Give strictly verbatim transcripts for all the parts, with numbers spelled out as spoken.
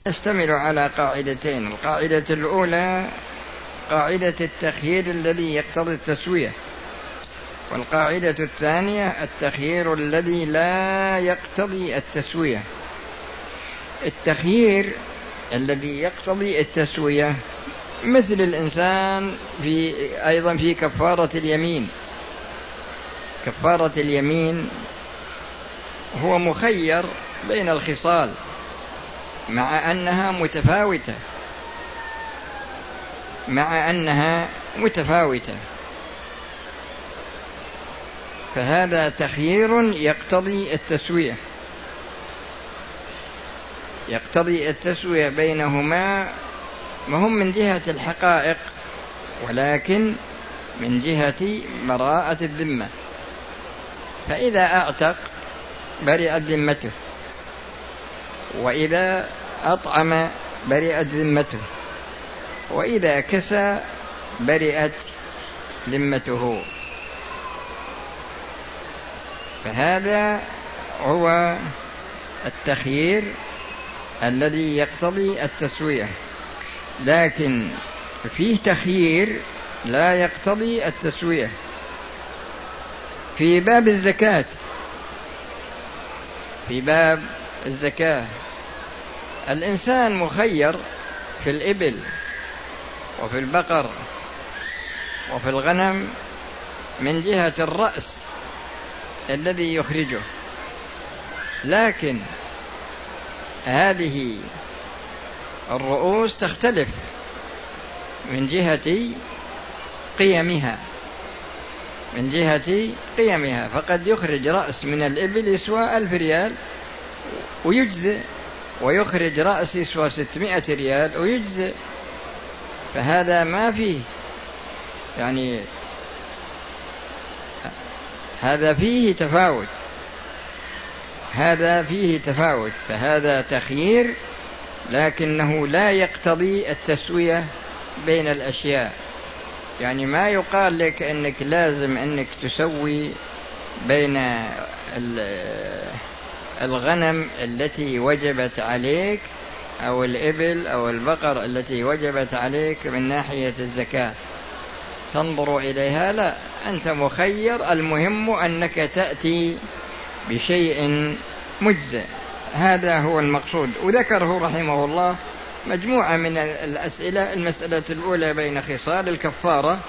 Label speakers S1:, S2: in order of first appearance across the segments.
S1: يشتمل على قاعدتين. القاعدة الأولى قاعدة التخيير الذي يقتضي التسوية، والقاعدة الثانية التخيير الذي لا يقتضي التسوية. التخيير الذي يقتضي التسوية مثل الإنسان في أيضا في كفارة اليمين. كفارة اليمين هو مخير بين الخصال مع أنها متفاوتة مع أنها متفاوتة فهذا تخيير يقتضي التسوية يقتضي التسوية بينهما، ما هم من جهة الحقائق ولكن من جهة براءة الذمة. فإذا أعتق برئت ذمته، وإذا أطعم برئت ذمته، وإذا كسى برئت ذمته. فهذا هو التخيير الذي يقتضي التسوية. لكن فيه تخيير لا يقتضي التسوية في باب الزكاة. في باب الزكاة الإنسان مخير في الإبل وفي البقر وفي الغنم من جهة الرأس الذي يخرجه، لكن هذه الرؤوس تختلف من جهة قيمها من جهة قيمها فقد يخرج رأس من الإبل يسوى ألف ريال ويجزئ، ويخرج رأس يسوى ستمائة ريال ويجزئ. فهذا ما فيه يعني هذا فيه تفاوت هذا فيه تفاوت فهذا تخيير لكنه لا يقتضي التسوية بين الأشياء. يعني ما يقال لك أنك لازم أنك تسوي بين الغنم التي وجبت عليك أو الإبل أو البقر التي وجبت عليك من ناحية الزكاة تنظر إليها، لا، أنت مخير، المهم أنك تأتي بشيء مجزئ. هذا هو المقصود. وذكره رحمه الله مجموعة من الأسئلة. المسألة الأولى بين خصال الكفارة،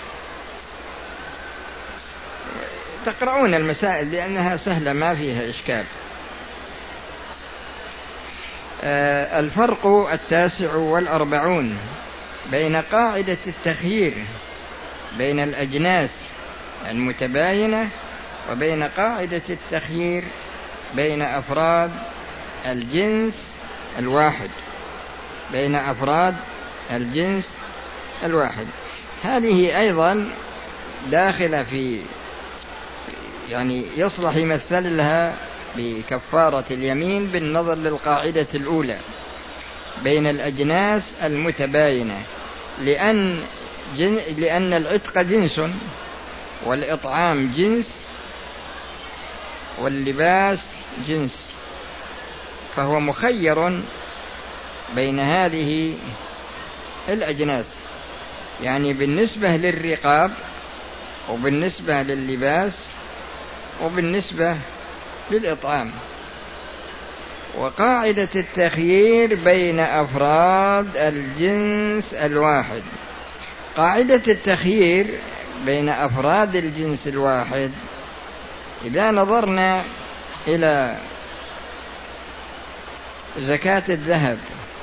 S1: تقرؤون المسائل لأنها سهلة ما فيها إشكال. آه الفرق التاسع والأربعون بين قاعدة التخيير بين الأجناس المتباينة وبين قاعدة التخيير بين أفراد الجنس الواحد بين أفراد الجنس الواحد. هذه أيضا داخلة في يعني يصلح يمثل لها بكفارة اليمين بالنظر للقاعدة الأولى بين الأجناس المتباينة، لأن جن لأن العتق جنس والإطعام جنس واللباس جنس، فهو مخير بين هذه الأجناس. يعني بالنسبة للرقاب وبالنسبة لللباس وبالنسبة للإطعام. وقاعدة التخيير بين أفراد الجنس الواحد، قاعدة التخيير بين أفراد الجنس الواحد إذا نظرنا إلى زكاة الذهب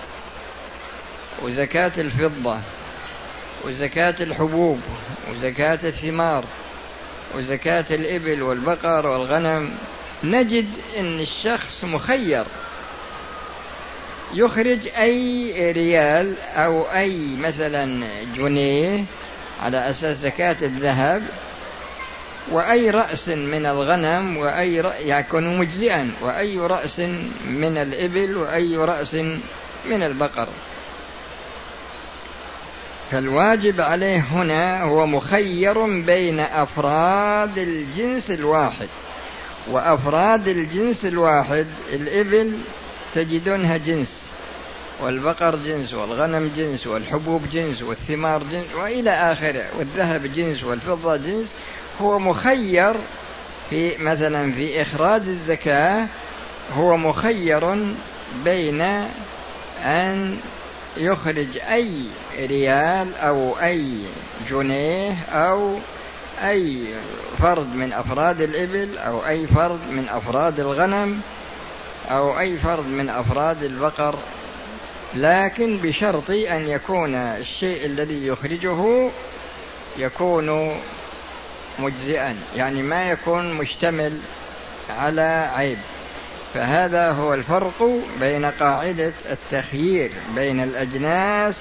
S1: وزكاة الفضة وزكاة الحبوب وزكاة الثمار وزكاة الإبل والبقر والغنم، نجد أن الشخص مخير يخرج أي ريال أو أي مثلا جنيه على أساس زكاة الذهب، وأي رأس من الغنم وأي رأس يكون مجزئا، وأي رأس من الإبل وأي رأس من البقر. فالواجب عليه هنا هو مخير بين أفراد الجنس الواحد. وأفراد الجنس الواحد الإبل تجدونها جنس والبقر جنس والغنم جنس والحبوب جنس والثمار جنس وإلى آخره، والذهب جنس والفضة جنس، هو مخير في مثلا في إخراج الزكاة، هو مخير بين أن يخرج أي ريال أو أي جنيه أو أي فرد من أفراد الإبل أو أي فرد من أفراد الغنم أو أي فرد من أفراد البقر، لكن بشرط أن يكون الشيء الذي يخرجه يكون مجزئا، يعني ما يكون مشتمل على عيب. فهذا هو الفرق بين قاعدة التخيير بين الأجناس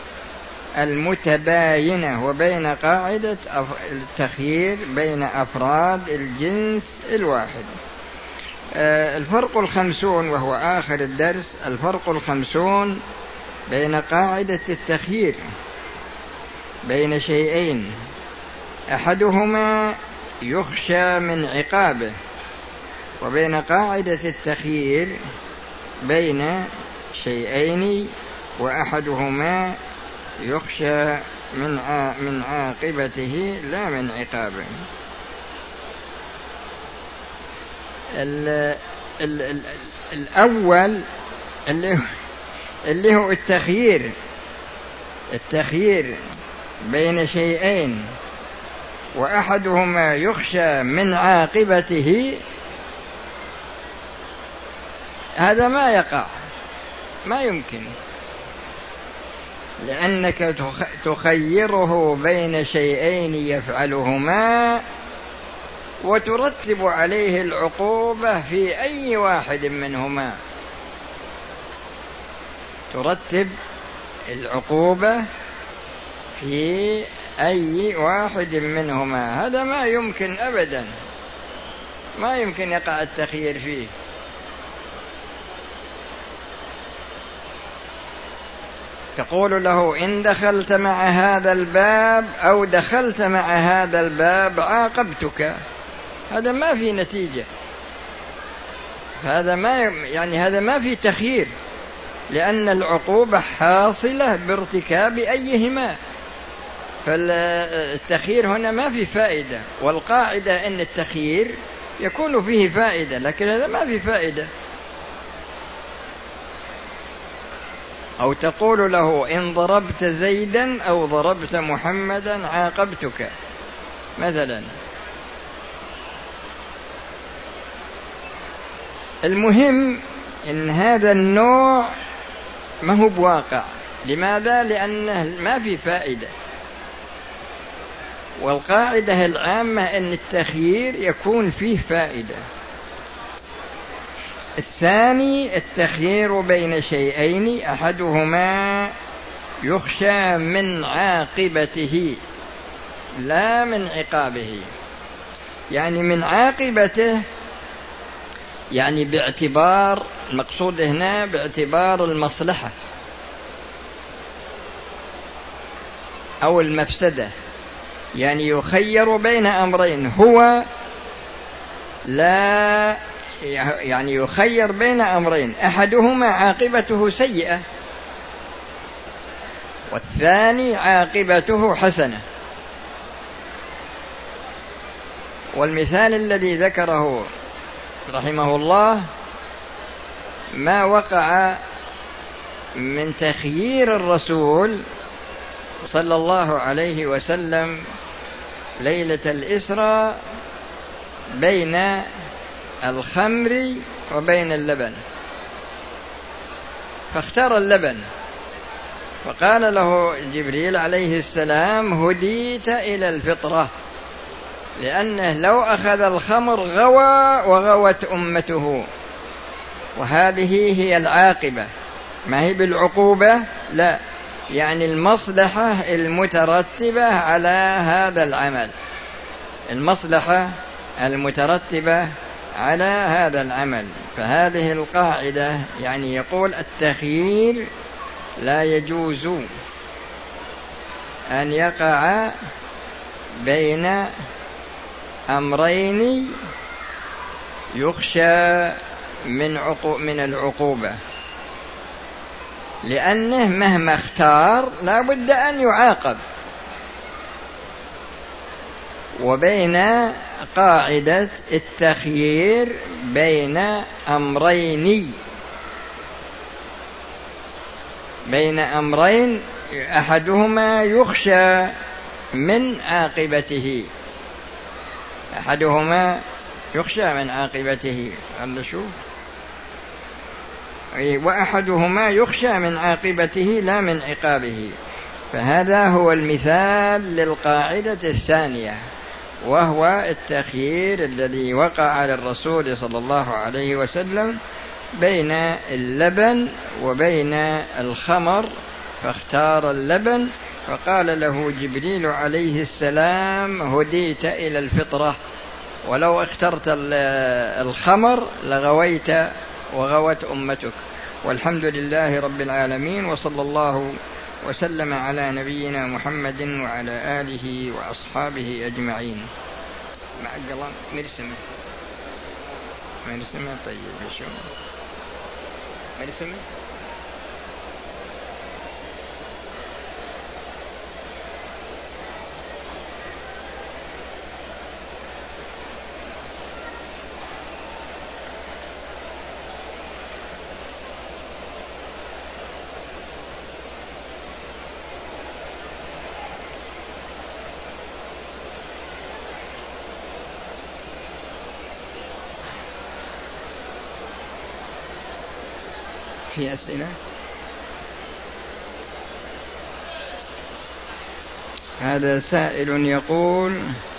S1: المتباينة وبين قاعدة التخيير بين أفراد الجنس الواحد. الفرق الخمسون، وهو آخر الدرس، الفرق الخمسون بين قاعدة التخيير بين شيئين أحدهما يخشى من عقابه، وبين قاعدة التخيير بين شيئين وأحدهما يخشى من من عاقبته لا من عقابه. ال ال ال الأول اللي اللي هو التخيير التخيير بين شيئين وأحدهما يخشى من عاقبته، هذا ما يقع، ما يمكن، لأنك تخيره بين شيئين يفعلهما وترتب عليه العقوبة في أي واحد منهما، ترتب العقوبة في أي واحد منهما، هذا ما يمكن أبدا، ما يمكن يقع التخيير فيه. تقول له إن دخلت مع هذا الباب أو دخلت مع هذا الباب عاقبتك، هذا ما في نتيجة، هذا ما يعني هذا ما في تخيير، لأن العقوبة حاصلة بارتكاب أيهما، فالتخيير هنا ما في فائدة، والقاعدة أن التخيير يكون فيه فائدة، لكن هذا ما في فائدة. أو تقول له إن ضربت زيدا أو ضربت محمدا عاقبتك مثلا. المهم إن هذا النوع ما هو بواقع. لماذا؟ لأنه ما في فائدة، والقاعدة العامة أن التخيير يكون فيه فائدة. الثاني التخيير بين شيئين أحدهما يخشى من عاقبته لا من عقابه، يعني من عاقبته يعني باعتبار، المقصود هنا باعتبار المصلحة أو المفسدة، يعني يخير بين أمرين، هو لا يعني يخير بين أمرين أحدهما عاقبته سيئة والثاني عاقبته حسنة. والمثال الذي ذكره رحمه الله ما وقع من تخيير الرسول صلى الله عليه وسلم ليلة الإسراء بين الخمر وبين اللبن، فاختار اللبن، فقال له جبريل عليه السلام هديت إلى الفطرة، لأنه لو أخذ الخمر غوى وغوت أمته، وهذه هي العاقبة، ما هي بالعقوبة، لا، يعني المصلحة المترتبة على هذا العمل، المصلحة المترتبة على هذا العمل. فهذه القاعدة يعني يقول التخيير لا يجوز أن يقع بين أمرين يخشى من عقو من العقوبة، لأنه مهما اختار لا بد أن يعاقب. وبين قاعدة التخيير بين أمرين بين أمرين أحدهما يخشى من عاقبته أحدهما يخشى من عاقبته قال شوف وأحدهما يخشى من عاقبته لا من عقابه. فهذا هو المثال للقاعدة الثانية، وهو التخيير الذي وقع على الرسول صلى الله عليه وسلم بين اللبن وبين الخمر، فاختار اللبن، فقال له جبريل عليه السلام هديت إلى الفطرة، ولو اخترت الخمر لغويت وغوت أمتك. والحمد لله رب العالمين، وصلى الله وسلم على نبينا محمد وعلى آله وأصحابه أجمعين. مع القلم مرسمة مرسمة طيب شو مرسمة في أسئلة؟ هذا سائل يقول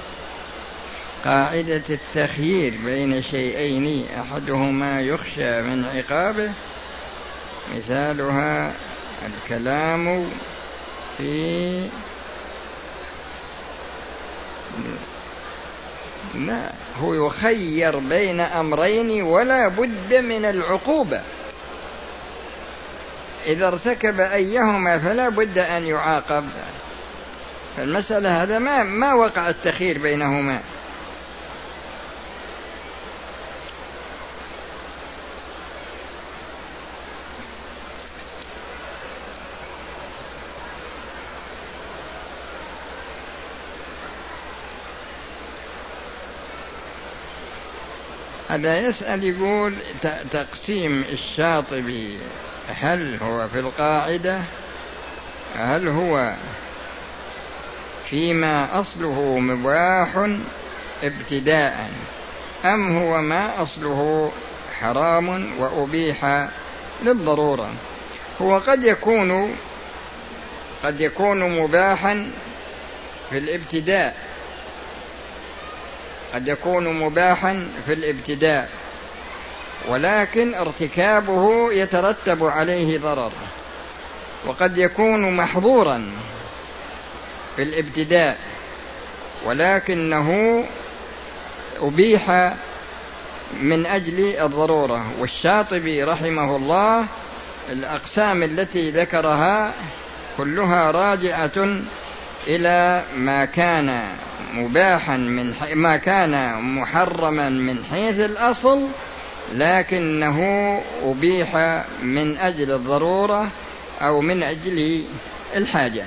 S1: قاعدة التخيير بين شيئين أحدهما يخشى من عقابه مثالها الكلام في لا هو يخير بين أمرين ولا بد من العقوبة، إذا ارتكب أيهما فلا بد أن يعاقب. فالمسألة هذا ما, ما وقع التخيير بينهما. هذا يسأل يقول تقسيم الشاطبي هل هو في القاعدة، هل هو فيما أصله مباح ابتداء أم هو ما أصله حرام وأبيح للضرورة؟ هو قد يكون قد يكون مباحا في الابتداء قد يكون مباحا في الابتداء ولكن ارتكابه يترتب عليه ضرر، وقد يكون محظورا في الابتداء ولكنه أبيح من أجل الضرورة. والشاطبي رحمه الله الأقسام التي ذكرها كلها راجعة إلى ما كان مباحا من حي... ما كان محرما من حيث الأصل لكنه أبيح من أجل الضرورة أو من أجل الحاجة.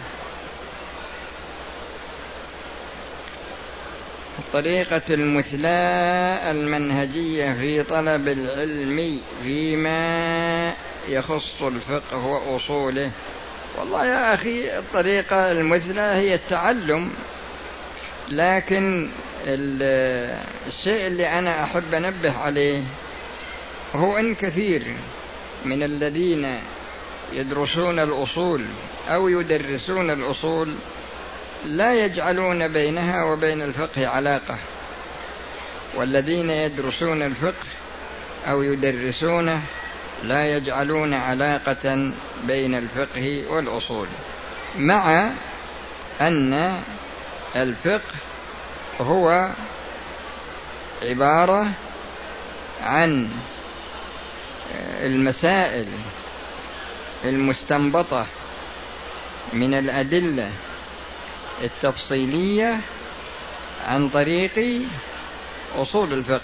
S1: الطريقة المثلى المنهجية في طلب العلم فيما يخص الفقه وأصوله. والله يا أخي الطريقة المثلى هي التعلم، لكن الشيء اللي أنا أحب أنبه عليه هو أن كثير من الذين يدرسون الأصول أو يدرسون الأصول لا يجعلون بينها وبين الفقه علاقة، والذين يدرسون الفقه أو يدرسونه لا يجعلون علاقة بين الفقه والأصول، مع أن الفقه هو عبارة عن المسائل المستنبطة من الأدلة التفصيلية عن طريق أصول الفقه.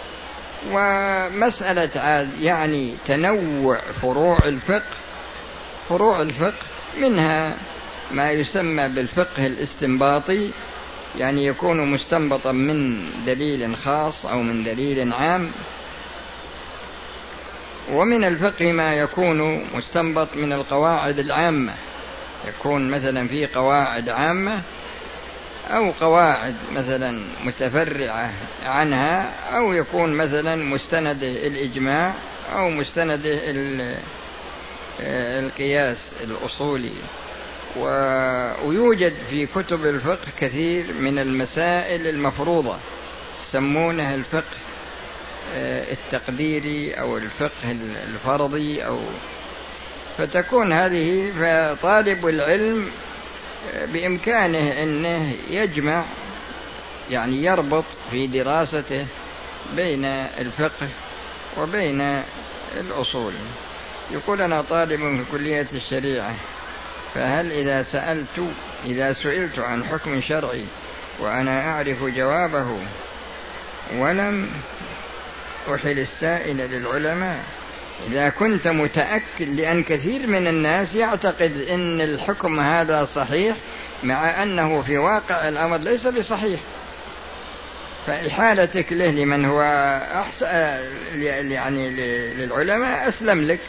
S1: ومسألة يعني تنوع فروع الفقه فروع الفقه منها ما يسمى بالفقه الاستنباطي، يعني يكون مستنبطا من دليل خاص أو من دليل عام. ومن الفقه ما يكون مستنبط من القواعد العامة، يكون مثلا في قواعد عامة أو قواعد مثلا متفرعة عنها، أو يكون مثلا مستنده الإجماع أو مستنده القياس الأصولي. ويوجد في كتب الفقه كثير من المسائل المفروضة يسمونها الفقه التقديري أو الفقه الفرضي، أو فتكون هذه فطالب العلم بإمكانه أنه يجمع، يعني يربط في دراسته بين الفقه وبين الأصول. يقول أنا طالب في كلية الشريعة، فهل إذا سألت إذا سئلت عن حكم شرعي وأنا أعرف جوابه ولم أحل السائل للعلماء، إذا كنت متأكد، لأن كثير من الناس يعتقد أن الحكم هذا صحيح مع أنه في واقع الأمر ليس بصحيح، فإحالتك له لمن هو أحسن يعني للعلماء أسلم لك.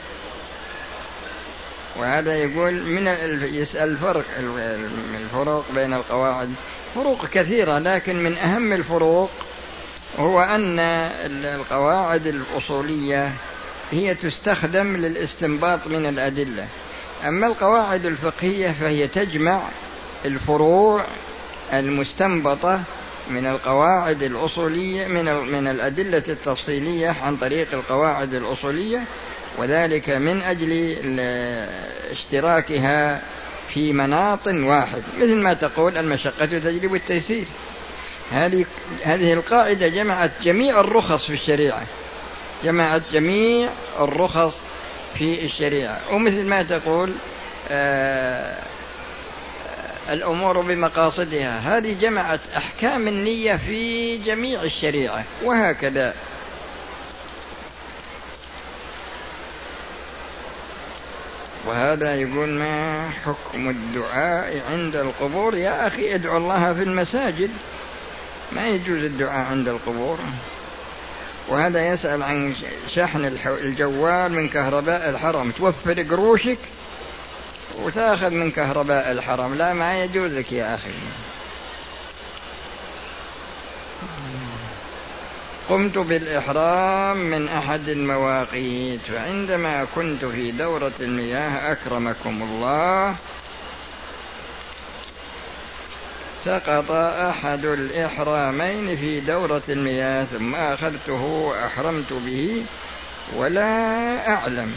S1: وهذا يقول من يسأل الفرق الفروق بين القواعد، فروق كثيرة، لكن من أهم الفروق هو أن القواعد الأصولية هي تستخدم للاستنباط من الأدلة، أما القواعد الفقهية فهي تجمع الفروع المستنبطة من القواعد الأصولية من من الأدلة التفصيلية عن طريق القواعد الأصولية، وذلك من أجل اشتراكها في مناط واحد، مثل ما تقول المشقة تجلب التيسير. هذه هذه القاعدة جمعت جميع الرخص في الشريعة، جمعت جميع الرخص في الشريعة. ومثل ما تقول آه الأمور بمقاصدها، هذه جمعت أحكام النية في جميع الشريعة، وهكذا. وهذا يقول ما حكم الدعاء عند القبور؟ يا أخي ادعو الله في المساجد، ما يجوز الدعاء عند القبور. وهذا يسأل عن شحن الجوال من كهرباء الحرم، توفر قروشك وتأخذ من كهرباء الحرم، لا ما يجوز لك يا أخي. قمت بالإحرام من أحد المواقيت، فعندما كنت في دورة المياه أكرمكم الله سقط أحد الإحرامين في دورة المياه، ثم أخذته وأحرمت به ولا أعلم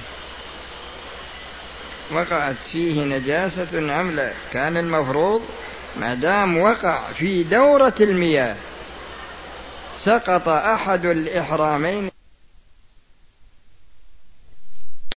S1: وقعت فيه نجاسة أم لا. كان المفروض ما دام وقع في دورة المياه سقط أحد الإحرامين